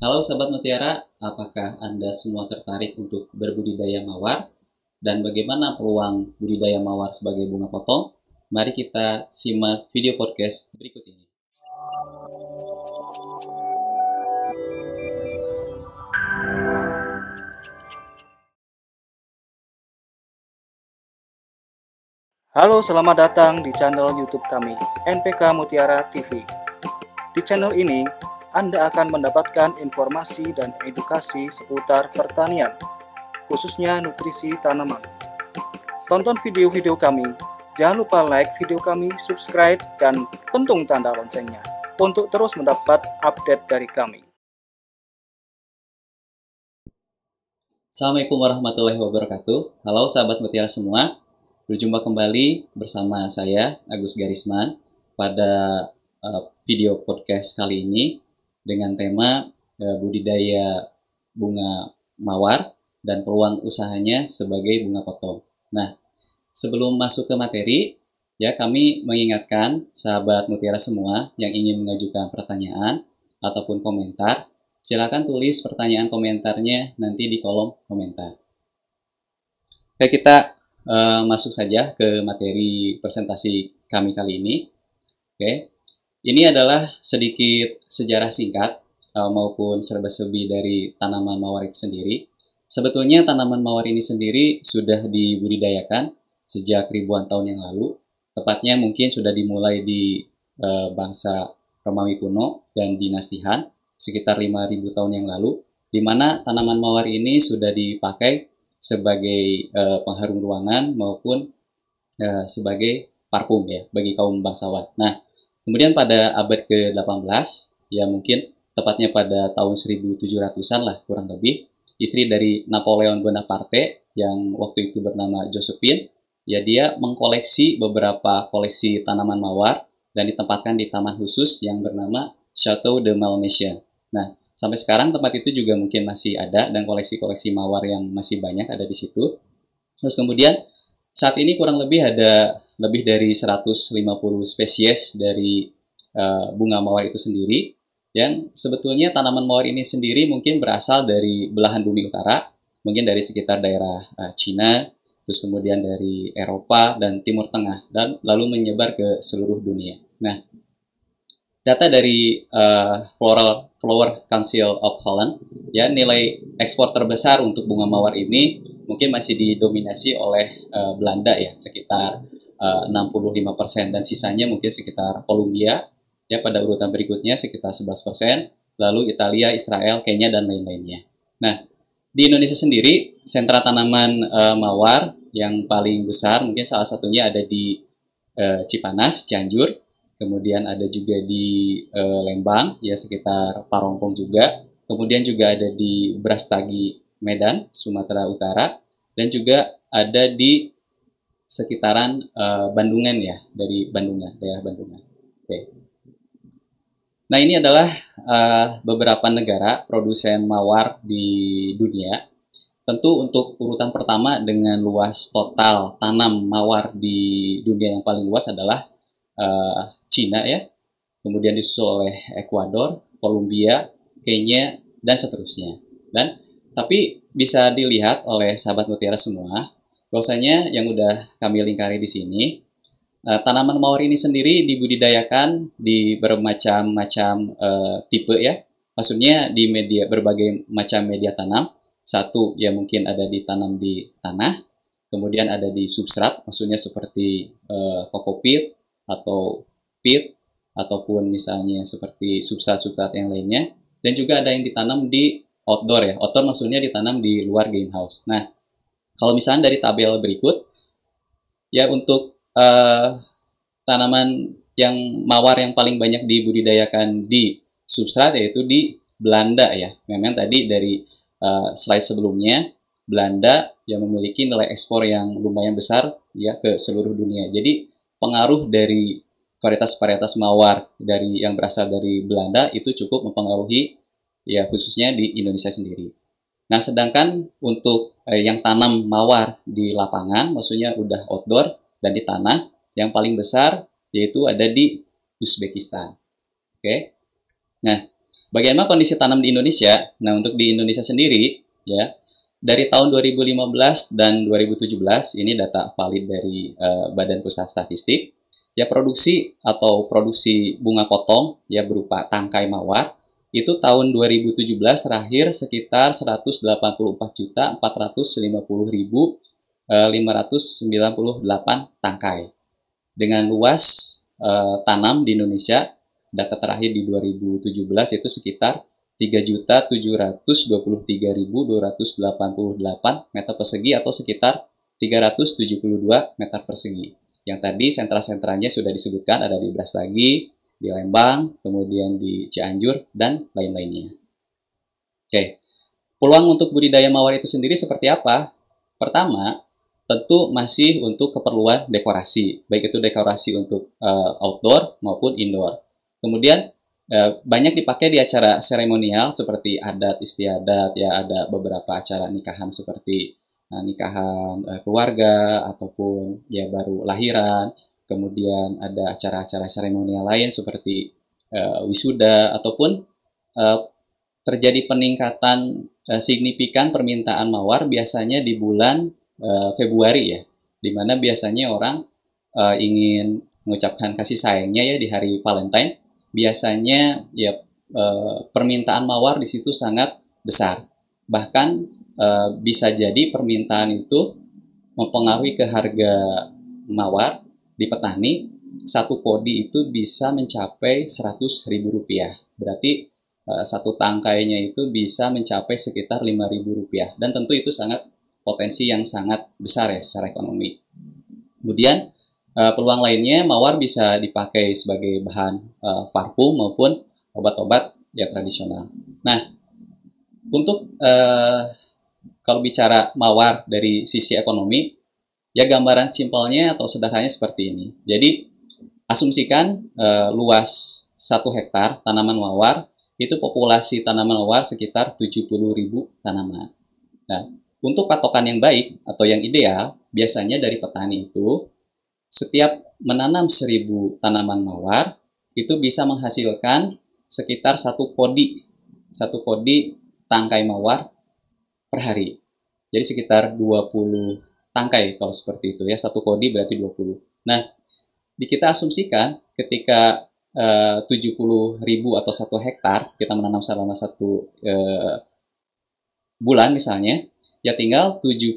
Halo Sahabat Mutiara, apakah Anda semua tertarik untuk berbudidaya mawar? Dan bagaimana peluang budidaya mawar sebagai bunga potong? Mari kita simak video podcast berikut ini. Halo, selamat datang di channel YouTube kami, NPK Mutiara TV. Di channel ini, Anda akan mendapatkan informasi dan edukasi seputar pertanian, khususnya nutrisi tanaman. Tonton video-video kami, jangan lupa like video kami, subscribe, dan pentung tanda loncengnya untuk terus mendapat update dari kami. Assalamualaikum warahmatullahi wabarakatuh. Halo sahabat Mutiara semua, berjumpa kembali bersama saya Agus Garisman pada video podcast kali ini dengan tema budidaya bunga mawar dan peluang usahanya sebagai bunga potong. Nah, sebelum masuk ke materi, ya kami mengingatkan sahabat Mutiara semua yang ingin mengajukan pertanyaan ataupun komentar, silakan tulis pertanyaan komentarnya nanti di kolom komentar. Oke, kita masuk saja ke materi presentasi kami kali ini. Oke, ini adalah sedikit sejarah singkat maupun serba-serbi dari tanaman mawar itu sendiri. Sebetulnya tanaman mawar ini sendiri sudah dibudidayakan sejak ribuan tahun yang lalu. Tepatnya mungkin sudah dimulai di bangsa Romawi kuno dan dinasti Han sekitar 5.000 tahun yang lalu, di mana tanaman mawar ini sudah dipakai sebagai pengharum ruangan maupun sebagai parfum ya bagi kaum bangsawan. Nah, kemudian pada abad ke-18, ya mungkin tepatnya pada tahun 1700-an lah kurang lebih, istri dari Napoleon Bonaparte yang waktu itu bernama Josephine, ya dia mengkoleksi beberapa koleksi tanaman mawar dan ditempatkan di taman khusus yang bernama Château de Malmaison. Nah, sampai sekarang tempat itu juga mungkin masih ada dan koleksi-koleksi mawar yang masih banyak ada di situ. Terus kemudian saat ini kurang lebih ada lebih dari 150 spesies dari bunga mawar itu sendiri. Dan sebetulnya tanaman mawar ini sendiri mungkin berasal dari belahan bumi utara, mungkin dari sekitar daerah Cina, terus kemudian dari Eropa dan Timur Tengah, dan lalu menyebar ke seluruh dunia. Nah, data dari Flower Council of Holland, ya nilai ekspor terbesar untuk bunga mawar ini mungkin masih didominasi oleh Belanda ya sekitar 65% dan sisanya mungkin sekitar Kolombia ya pada urutan berikutnya sekitar 11%, lalu Italia, Israel, Kenya dan lain-lainnya. Nah, di Indonesia sendiri sentra tanaman mawar yang paling besar mungkin salah satunya ada di Cipanas, Cianjur. Kemudian ada juga di Lembang, ya sekitar Parongpong juga. Kemudian juga ada di Brastagi, Medan, Sumatera Utara. Dan juga ada di sekitaran Bandungan ya, dari Bandungan, daerah Bandungan. Oke. Nah ini adalah beberapa negara produsen mawar di dunia. Tentu untuk urutan pertama dengan luas total tanam mawar di dunia yang paling luas adalah Cina ya, kemudian disusul oleh Ekuador, Kolombia, Kenya, dan seterusnya. Dan tapi bisa dilihat oleh sahabat mutiara semua, bahwasanya yang udah kami lingkari di sini, tanaman mawar ini sendiri dibudidayakan di bermacam-macam tipe ya. Maksudnya di media berbagai macam media tanam. Satu ya mungkin ada ditanam di tanah, kemudian ada di substrat, maksudnya seperti kokopit atau pit ataupun misalnya seperti substrat-substrat yang lainnya, dan juga ada yang ditanam di outdoor ya. Outdoor maksudnya ditanam di luar greenhouse. Nah, kalau misalnya dari tabel berikut ya untuk tanaman yang mawar yang paling banyak dibudidayakan di substrat yaitu di Belanda ya. Memang tadi dari slide sebelumnya Belanda yang memiliki nilai ekspor yang lumayan besar ya ke seluruh dunia. Jadi pengaruh dari varietas-varietas mawar dari yang berasal dari Belanda itu cukup mempengaruhi ya khususnya di Indonesia sendiri. Nah, sedangkan untuk yang tanam mawar di lapangan, maksudnya udah outdoor dan di tanah, yang paling besar yaitu ada di Uzbekistan. Oke. Nah, Bagaimana kondisi tanam di Indonesia? Nah, untuk di Indonesia sendiri, ya, dari tahun 2015 dan 2017, ini data valid dari Badan Pusat Statistik, ya produksi bunga potong ya berupa tangkai mawar itu tahun 2017 terakhir sekitar 184.450.598 tangkai. Dengan luas tanam di Indonesia, data terakhir di 2017 itu sekitar 3.723.288 meter persegi atau sekitar 372 meter persegi. Yang tadi sentra-sentranya sudah disebutkan, ada di Brastagi, di Lembang, kemudian di Cianjur, dan lain-lainnya. Oke, peluang untuk budidaya mawar itu sendiri seperti apa? Pertama, tentu masih untuk keperluan dekorasi, baik itu dekorasi untuk outdoor maupun indoor. Kemudian banyak dipakai di acara seremonial seperti adat istiadat, ya ada beberapa acara nikahan seperti nikahan keluarga ataupun ya baru lahiran, kemudian ada acara-acara seremonial lain seperti wisuda ataupun terjadi peningkatan signifikan permintaan mawar biasanya di bulan Februari ya, dimana biasanya orang ingin mengucapkan kasih sayangnya ya di hari Valentine, biasanya ya permintaan mawar di situ sangat besar. Bahkan bisa jadi permintaan itu mempengaruhi ke harga mawar di petani. Satu kodi itu bisa mencapai Rp100.000. Berarti satu tangkainya itu bisa mencapai sekitar Rp5.000. Dan tentu itu sangat potensi yang sangat besar ya secara ekonomi. Kemudian peluang lainnya, mawar bisa dipakai sebagai bahan parfum maupun obat-obat ya tradisional. Nah, untuk kalau bicara mawar dari sisi ekonomi, ya gambaran simpelnya atau sederhananya seperti ini. Jadi, asumsikan luas 1 hektar tanaman mawar, itu populasi tanaman mawar sekitar 70.000 tanaman. Nah, untuk patokan yang baik atau yang ideal, biasanya dari petani itu, setiap menanam 1.000 tanaman mawar, itu bisa menghasilkan sekitar 1 kodi tangkai mawar per hari. Jadi sekitar 20 tangkai kalau seperti itu ya, 1 kodi berarti 20. Nah, kita asumsikan ketika 70.000 atau 1 hektar, kita menanam selama 1 bulan misalnya, ya tinggal 70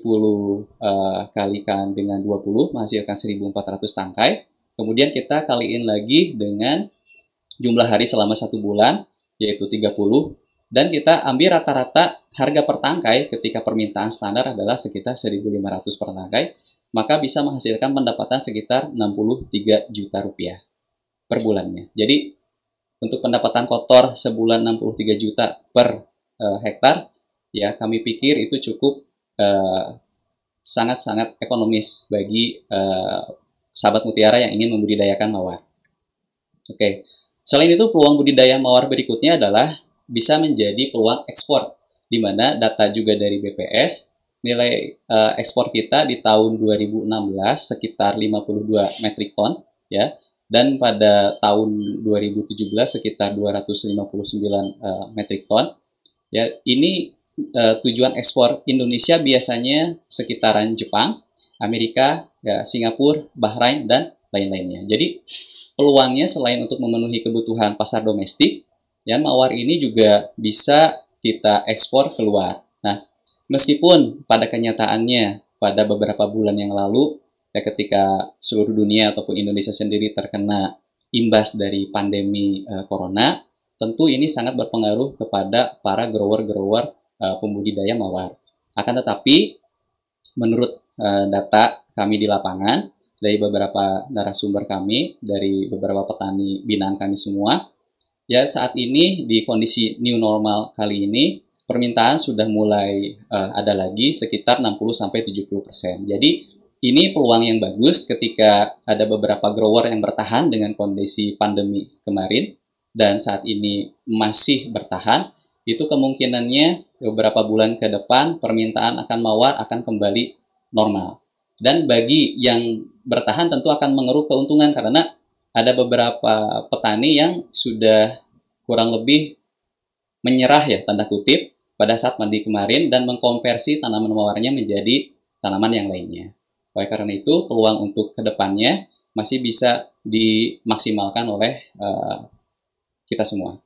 kalikan dengan 20 menghasilkan 1.400 tangkai. Kemudian kita kaliin lagi dengan jumlah hari selama 1 bulan, yaitu 30. Dan kita ambil rata-rata harga per tangkai ketika permintaan standar adalah sekitar 1.500 per tangkai, maka bisa menghasilkan pendapatan sekitar Rp63 juta per bulannya. Jadi untuk pendapatan kotor sebulan 63 juta per hektar, ya kami pikir itu cukup sangat-sangat ekonomis bagi sahabat mutiara yang ingin membudidayakan mawar. Oke, selain itu peluang budidaya mawar berikutnya adalah bisa menjadi peluang ekspor, di mana data juga dari BPS, nilai ekspor kita di tahun 2016 sekitar 52 metrik ton, ya, dan pada tahun 2017 sekitar 259 metrik ton. Ya, ini tujuan ekspor Indonesia biasanya sekitaran Jepang, Amerika, ya, Singapura, Bahrain, dan lain-lainnya. Jadi peluangnya selain untuk memenuhi kebutuhan pasar domestik, ya mawar ini juga bisa kita ekspor keluar. Nah, meskipun pada kenyataannya pada beberapa bulan yang lalu, ya ketika seluruh dunia ataupun Indonesia sendiri terkena imbas dari pandemi corona, tentu ini sangat berpengaruh kepada para grower-grower pembudidaya mawar. Akan tetapi, menurut data kami di lapangan, dari beberapa narasumber kami, dari beberapa petani binaan kami semua, ya saat ini di kondisi new normal kali ini, permintaan sudah mulai ada lagi sekitar 60-70%. Jadi ini peluang yang bagus ketika ada beberapa grower yang bertahan dengan kondisi pandemi kemarin, dan saat ini masih bertahan, itu kemungkinannya beberapa bulan ke depan permintaan akan mawar akan kembali normal. Dan bagi yang bertahan tentu akan mengeruk keuntungan karena ada beberapa petani yang sudah kurang lebih menyerah ya tanda kutip pada saat mandi kemarin dan mengkonversi tanaman mawarnya menjadi tanaman yang lainnya. Oleh karena itu, peluang untuk kedepannya masih bisa dimaksimalkan oleh kita semua.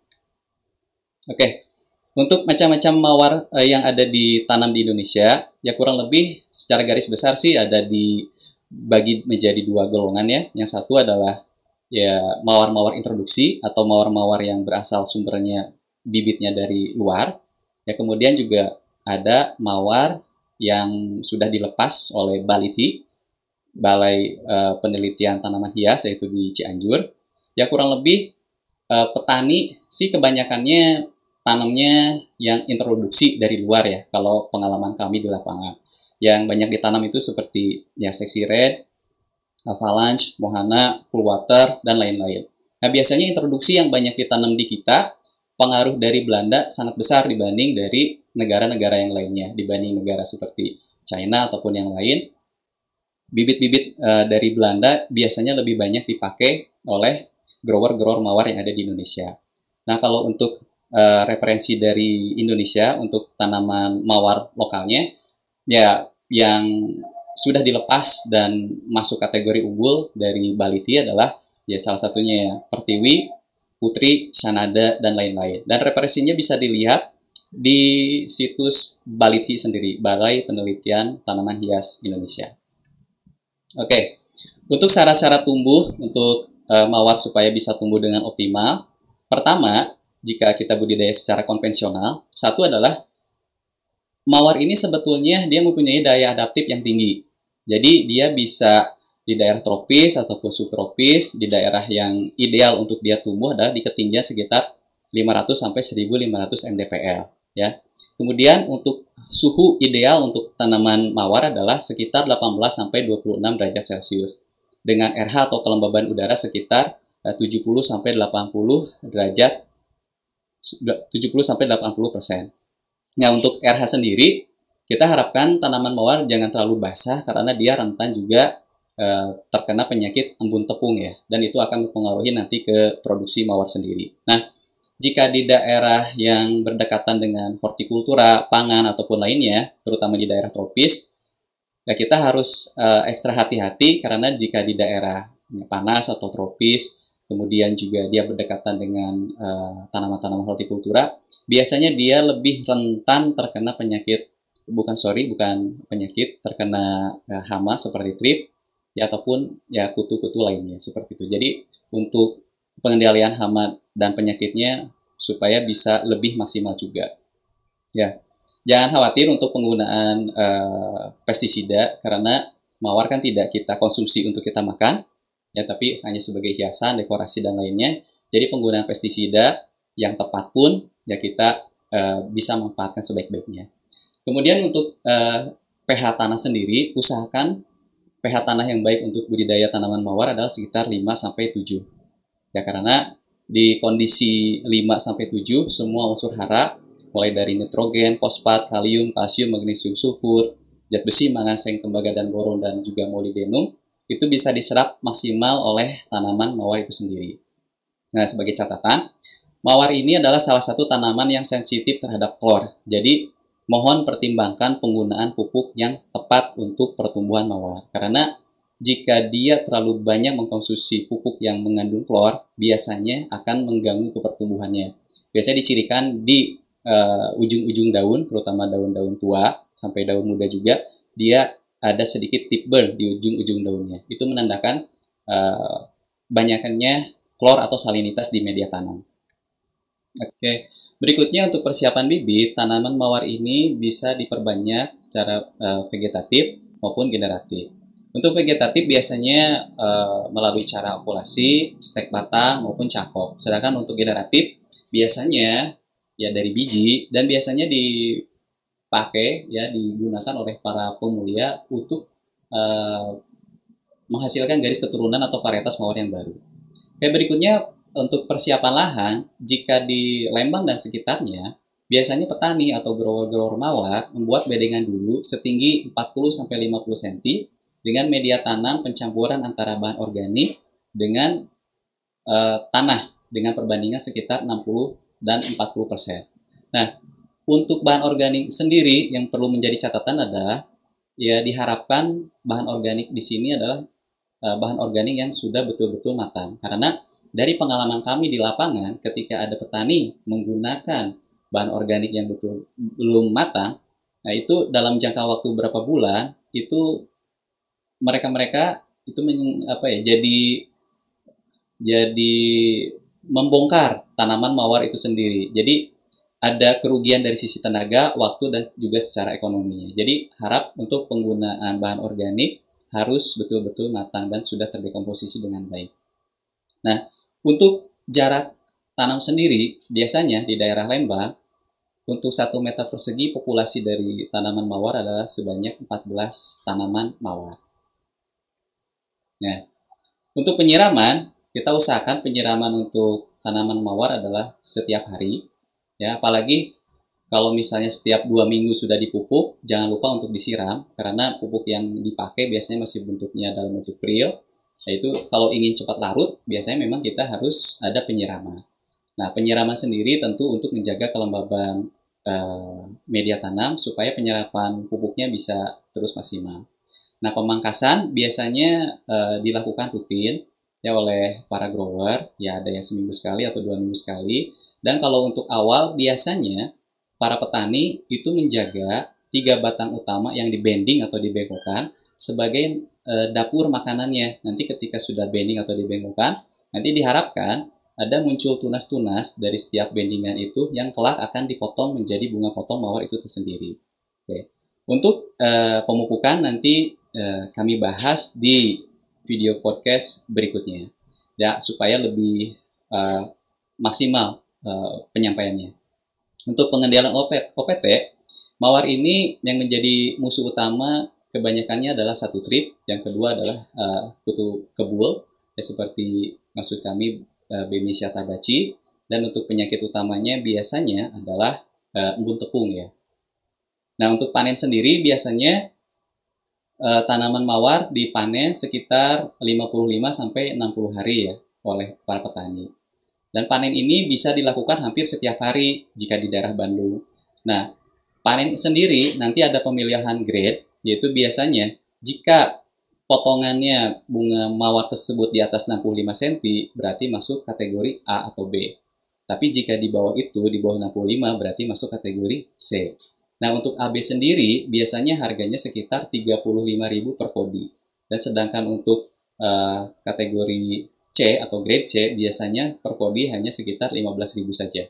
Oke, untuk macam-macam mawar yang ada ditanam di Indonesia, ya kurang lebih secara garis besar sih ada dibagi menjadi dua golongan ya. Yang satu adalah ya mawar-mawar introduksi atau mawar-mawar yang berasal sumbernya bibitnya dari luar. Ya kemudian juga ada mawar yang sudah dilepas oleh Baliti, Balai Penelitian Tanaman Hias, yaitu di Cianjur. Ya kurang lebih petani sih kebanyakannya tanamnya yang introduksi dari luar ya, kalau pengalaman kami di lapangan. Yang banyak ditanam itu seperti ya Sexy Red, Avalanche, Mohana, Cool Water, dan lain-lain. Nah, biasanya introduksi yang banyak ditanam di kita, pengaruh dari Belanda sangat besar dibanding dari negara-negara yang lainnya, dibanding negara seperti China ataupun yang lain. Bibit-bibit dari Belanda biasanya lebih banyak dipakai oleh grower-grower mawar yang ada di Indonesia. Nah, kalau untuk referensi dari Indonesia untuk tanaman mawar lokalnya, ya yang sudah dilepas dan masuk kategori unggul dari Baliti adalah ya salah satunya ya Pertiwi, Putri, Sanada, dan lain-lain. Dan referensinya bisa dilihat di situs Baliti sendiri, Balai Penelitian Tanaman Hias Indonesia. Oke, untuk syarat-syarat tumbuh untuk mawar supaya bisa tumbuh dengan optimal, pertama, jika kita budidaya secara konvensional, satu adalah mawar ini sebetulnya dia mempunyai daya adaptif yang tinggi. Jadi dia bisa di daerah tropis ataupun subtropis, di daerah yang ideal untuk dia tumbuh adalah di ketinggian sekitar 500 sampai 1500 mdpl ya. Kemudian untuk suhu ideal untuk tanaman mawar adalah sekitar 18 sampai 26 derajat Celcius dengan RH atau kelembaban udara sekitar 70 sampai 80 derajat 70 sampai 80%. Nah, untuk RH sendiri kita harapkan tanaman mawar jangan terlalu basah karena dia rentan juga terkena penyakit embun tepung ya, dan itu akan mempengaruhi nanti ke produksi mawar sendiri. Nah, jika di daerah yang berdekatan dengan hortikultura, pangan ataupun lainnya, terutama di daerah tropis, ya kita harus ekstra hati-hati karena jika di daerah panas atau tropis, kemudian juga dia berdekatan dengan tanaman-tanaman hortikultura, biasanya dia lebih rentan terkena penyakit, bukan penyakit, terkena hama seperti trip, ya ataupun ya kutu-kutu lainnya seperti itu. Jadi untuk pengendalian hama dan penyakitnya supaya bisa lebih maksimal juga. Ya, jangan khawatir untuk penggunaan pestisida karena mawar kan tidak kita konsumsi untuk kita makan, ya tapi hanya sebagai hiasan, dekorasi dan lainnya. Jadi penggunaan pestisida yang tepat pun ya kita bisa manfaatkan sebaik-baiknya. Kemudian untuk pH tanah sendiri, usahakan pH tanah yang baik untuk budidaya tanaman mawar adalah sekitar 5-7. Ya karena di kondisi 5-7 semua unsur hara mulai dari nitrogen, fosfat, kalium, kalsium, magnesium, sulfur, zat besi, mangan, seng, tembaga dan boron dan juga molybdenum itu bisa diserap maksimal oleh tanaman mawar itu sendiri. Nah, sebagai catatan, mawar ini adalah salah satu tanaman yang sensitif terhadap klor. Jadi mohon pertimbangkan penggunaan pupuk yang tepat untuk pertumbuhan mawar. Karena jika dia terlalu banyak mengkonsumsi pupuk yang mengandung klor, biasanya akan mengganggu ke pertumbuhannya. Biasanya dicirikan di ujung-ujung daun, terutama daun-daun tua sampai daun muda juga, dia ada sedikit tip burn di ujung-ujung daunnya. Itu menandakan banyaknya klor atau salinitas di media tanam. Oke. Berikutnya untuk persiapan bibit, tanaman mawar ini bisa diperbanyak secara vegetatif maupun generatif. Untuk vegetatif biasanya melalui cara okulasi, stek batang maupun cakok. Sedangkan untuk generatif biasanya ya dari biji dan biasanya dipakai ya digunakan oleh para pemulia untuk menghasilkan garis keturunan atau varietas mawar yang baru. Oke, berikutnya untuk persiapan lahan, jika di Lembang dan sekitarnya, biasanya petani atau grower-grower mawar membuat bedengan dulu setinggi 40-50 cm dengan media tanam pencampuran antara bahan organik dengan tanah dengan perbandingan sekitar 60 dan 40%. Nah, untuk bahan organik sendiri yang perlu menjadi catatan adalah ya diharapkan bahan organik di sini adalah bahan organik yang sudah betul-betul matang. Karena dari pengalaman kami di lapangan, ketika ada petani menggunakan bahan organik yang betul belum matang, nah itu dalam jangka waktu berapa bulan itu mereka itu jadi membongkar tanaman mawar itu sendiri. Jadi ada kerugian dari sisi tenaga, waktu, dan juga secara ekonominya. Jadi harap untuk penggunaan bahan organik harus betul-betul matang dan sudah terdekomposisi dengan baik. Nah, untuk jarak tanam sendiri, biasanya di daerah Lembang, untuk 1 meter persegi populasi dari tanaman mawar adalah sebanyak 14 tanaman mawar. Nah, untuk penyiraman, kita usahakan penyiraman untuk tanaman mawar adalah setiap hari. Ya, apalagi kalau misalnya setiap 2 minggu sudah dipupuk, jangan lupa untuk disiram, karena pupuk yang dipakai biasanya masih bentuknya dalam bentuk prill. Yaitu kalau ingin cepat larut, biasanya memang kita harus ada penyiraman. Nah, penyiraman sendiri tentu untuk menjaga kelembaban media tanam supaya penyerapan pupuknya bisa terus maksimal. Nah, pemangkasan biasanya dilakukan rutin ya oleh para grower, ya ada yang seminggu sekali atau 2 minggu sekali. Dan kalau untuk awal biasanya para petani itu menjaga 3 batang utama yang dibending atau dibengkokkan sebagai dapur makanannya. Nanti ketika sudah bending atau dibengkokkan, nanti diharapkan ada muncul tunas-tunas dari setiap bendingan itu yang kelak akan dipotong menjadi bunga potong mawar itu tersendiri. Oke. Untuk pemupukan nanti kami bahas di video podcast berikutnya, ya supaya lebih maksimal penyampaiannya. Untuk pengendalian OPT, mawar ini yang menjadi musuh utama kebanyakannya adalah satu trip, yang kedua adalah kutu kebul, ya, seperti maksud kami Bemisia tabaci, dan untuk penyakit utamanya biasanya adalah embun tepung ya. Nah, untuk panen sendiri biasanya tanaman mawar dipanen sekitar 55-60 hari ya oleh para petani. Dan panen ini bisa dilakukan hampir setiap hari jika di daerah Bandung. Nah, panen sendiri nanti ada pemilihan grade, yaitu biasanya jika potongannya bunga mawar tersebut di atas 65 cm, berarti masuk kategori A atau B. Tapi jika di bawah itu, di bawah 65, berarti masuk kategori C. Nah, untuk AB sendiri, biasanya harganya sekitar 35.000 per kodi. Dan sedangkan untuk kategori C atau grade C, biasanya per kodi hanya sekitar 15.000 saja.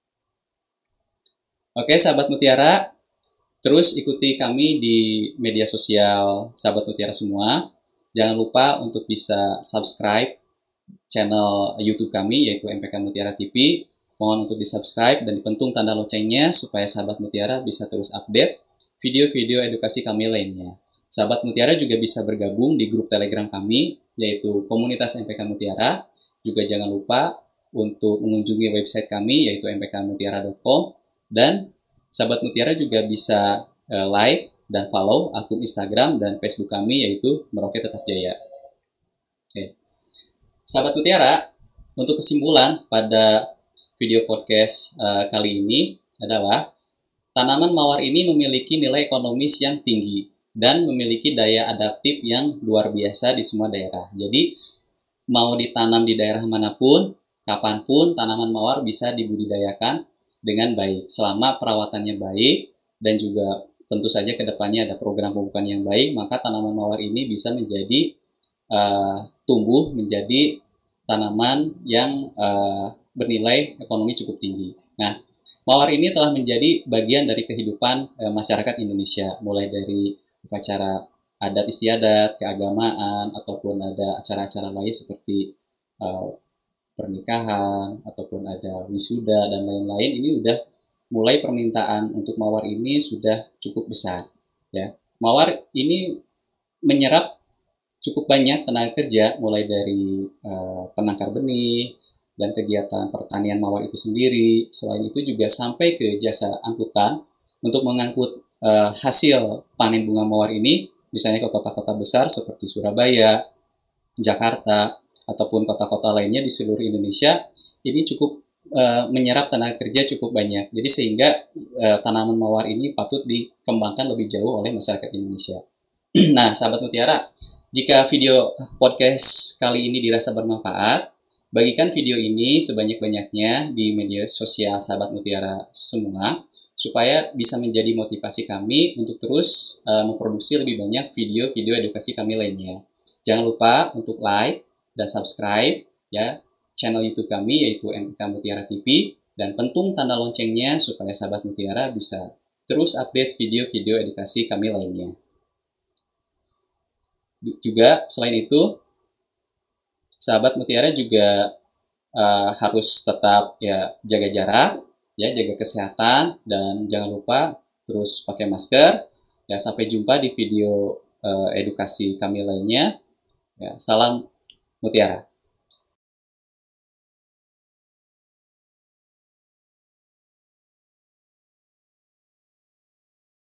Oke, sahabat Mutiara, terus ikuti kami di media sosial sahabat Mutiara semua. Jangan lupa untuk bisa subscribe channel YouTube kami, yaitu MPK Mutiara TV. Mohon untuk di-subscribe dan dipentung tanda loncengnya supaya sahabat Mutiara bisa terus update video-video edukasi kami lainnya. Sahabat Mutiara juga bisa bergabung di grup Telegram kami, yaitu Komunitas MPK Mutiara. Juga jangan lupa untuk mengunjungi website kami, yaitu mpkmutiara.com. Dan sahabat Mutiara juga bisa like dan follow akun Instagram dan Facebook kami, yaitu Merauke Tetap Jaya. Oke. Sahabat Mutiara, untuk kesimpulan pada video podcast kali ini adalah tanaman mawar ini memiliki nilai ekonomis yang tinggi dan memiliki daya adaptif yang luar biasa di semua daerah. Jadi, mau ditanam di daerah manapun, kapanpun, tanaman mawar bisa dibudidayakan dengan baik. Selama perawatannya baik dan juga tentu saja ke depannya ada program pemupukan yang baik, maka tanaman mawar ini bisa menjadi tumbuh menjadi tanaman yang bernilai ekonomi cukup tinggi. Nah, mawar ini telah menjadi bagian dari kehidupan masyarakat Indonesia, mulai dari upacara adat istiadat, keagamaan, ataupun ada acara-acara lain seperti pernikahan, ataupun ada wisuda, dan lain-lain. Ini udah mulai permintaan untuk mawar ini sudah cukup besar. Ya. Mawar ini menyerap cukup banyak tenaga kerja, mulai dari penangkar benih, dan kegiatan pertanian mawar itu sendiri. Selain itu juga sampai ke jasa angkutan untuk mengangkut hasil panen bunga mawar ini, misalnya ke kota-kota besar seperti Surabaya, Jakarta, ataupun kota-kota lainnya di seluruh Indonesia. Ini cukup menyerap tenaga kerja cukup banyak. Jadi sehingga tanaman mawar ini patut dikembangkan lebih jauh oleh masyarakat Indonesia. Nah, sahabat Mutiara, jika video podcast kali ini dirasa bermanfaat, bagikan video ini sebanyak-banyaknya di media sosial sahabat Mutiara semua, supaya bisa menjadi motivasi kami untuk terus memproduksi lebih banyak video-video edukasi kami lainnya. Jangan lupa untuk like dan subscribe ya channel YouTube kami, yaitu NPK Mutiara TV, dan pentung tanda loncengnya supaya sahabat Mutiara bisa terus update video-video edukasi kami lainnya. Juga selain itu, sahabat Mutiara juga harus tetap ya jaga jarak, ya jaga kesehatan, dan jangan lupa terus pakai masker. Ya, sampai jumpa di video edukasi kami lainnya. Ya, salam Mutiara.